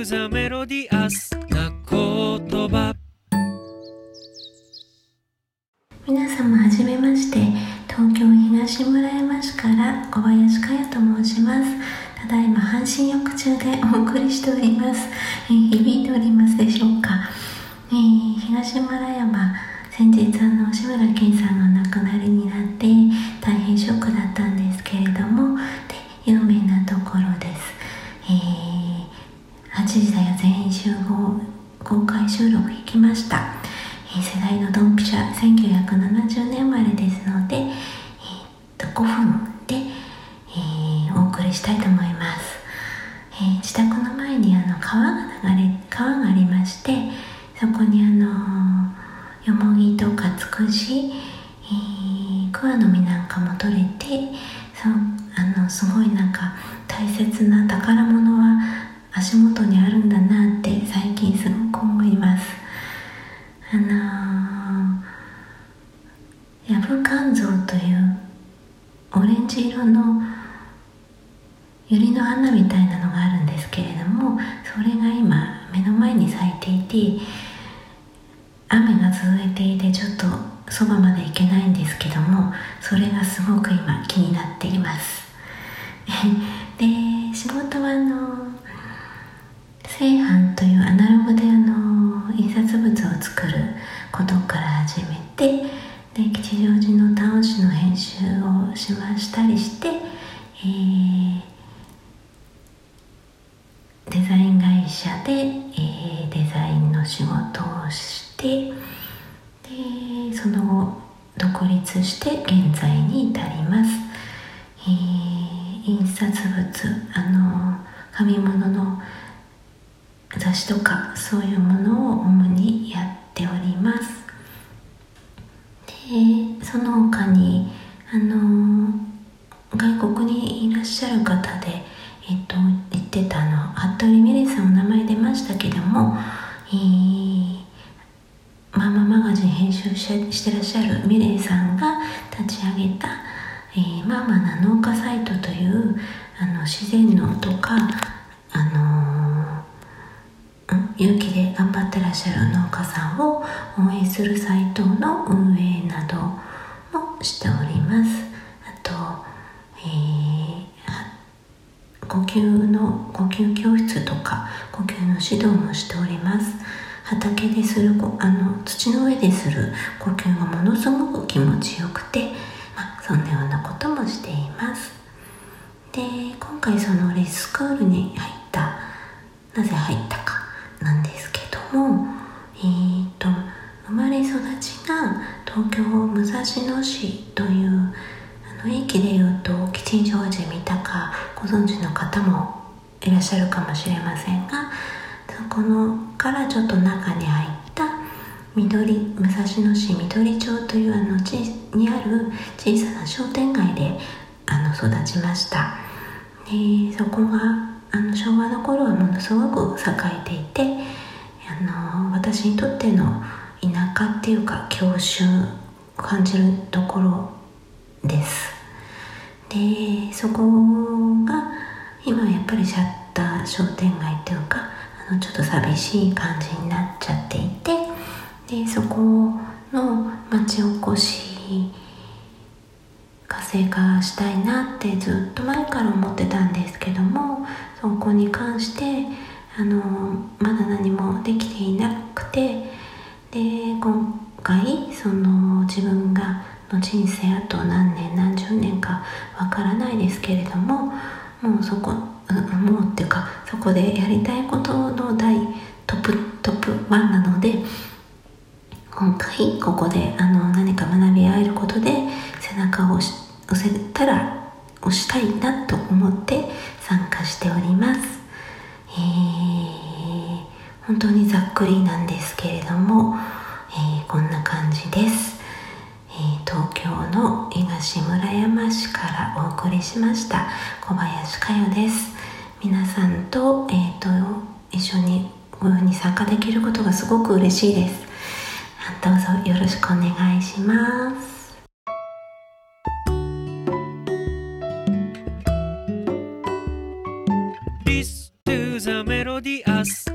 くざメロディアスな言葉。 皆様はじめまして。東京東村山市から小林佳代と申します。ただいま半身浴中でお送りしております。響いておりますでしょうか。東村山、先日志村けんさんの亡くなりになって大変ショックだったんですけれども、で有名なところです。8時だよ全員集合公開収録行きました。世代のドンピシャ、1970年生まれですので、5分で、お送りしたいと思います。自宅の前に川がありまして、そこによもぎとかつくし、桑の実なんかも取れて、すごい大切な宝物は足元にあるんだなって最近すごく思います。ヤブカンゾウというオレンジ色のユリの花みたいなのがあるんですけれども、それが今目の前に咲いていて、雨が続いていてちょっとそばまで行けないんですけども、それがすごく今気になっていますで、仕事は製版というアナログで印刷物を作ることから始めて、で吉祥寺のタウン誌の編集をしたりして、デザイン会社で、デザインの仕事をして、でその後独立して現在に至ります。印刷物、紙物の雑誌とかそういうものを主にやっております。でその他に外国にいらっしゃる方で、言ってた服部美玲さんお名前出ましたけども、マママガジン編集してらっしゃる美玲さんが立ち上げた、ママな農家サイトという自然農とか有機で頑張ってらっしゃる農家さんを応援するサイトの運営などもしております。あと、呼吸教室とか呼吸の指導もしております。畑でする土の上でする呼吸がものすごく気持ちよくて、そんなようなこともしています。で、今回そのレスクールになぜ入ったかなんですけども、生まれ育ちが東京武蔵野市という駅でいうと吉祥寺三鷹、ご存知の方もいらっしゃるかもしれませんが、そこからちょっと中に入った武蔵野市緑町というにある小さな商店街で育ちました。でそこが昭和の頃はものすごく栄えていて、私にとっての田舎っていうか郷愁を感じるところです。でそこが今やっぱりシャッター商店街っていうかちょっと寂しい感じになっちゃっていて、でそこの町おこし活性化したいなってずっと前から思ってたんですけども、そこに関してまだ何もできていなくて、で今回自分の人生あと何年何十年かわからないですけれども、もうそこでやりたいことのトップ1なので、今回ここで何か学び合えることで背中を押したいなと思って参加しております。本当にざっくりなんですけれども、こんな感じです。東京の東村山市からお送りしました小林佳代です。皆さんと、一緒にこういうふうに参加できることがすごく嬉しいです。どうぞよろしくお願いします。 リス To the melodious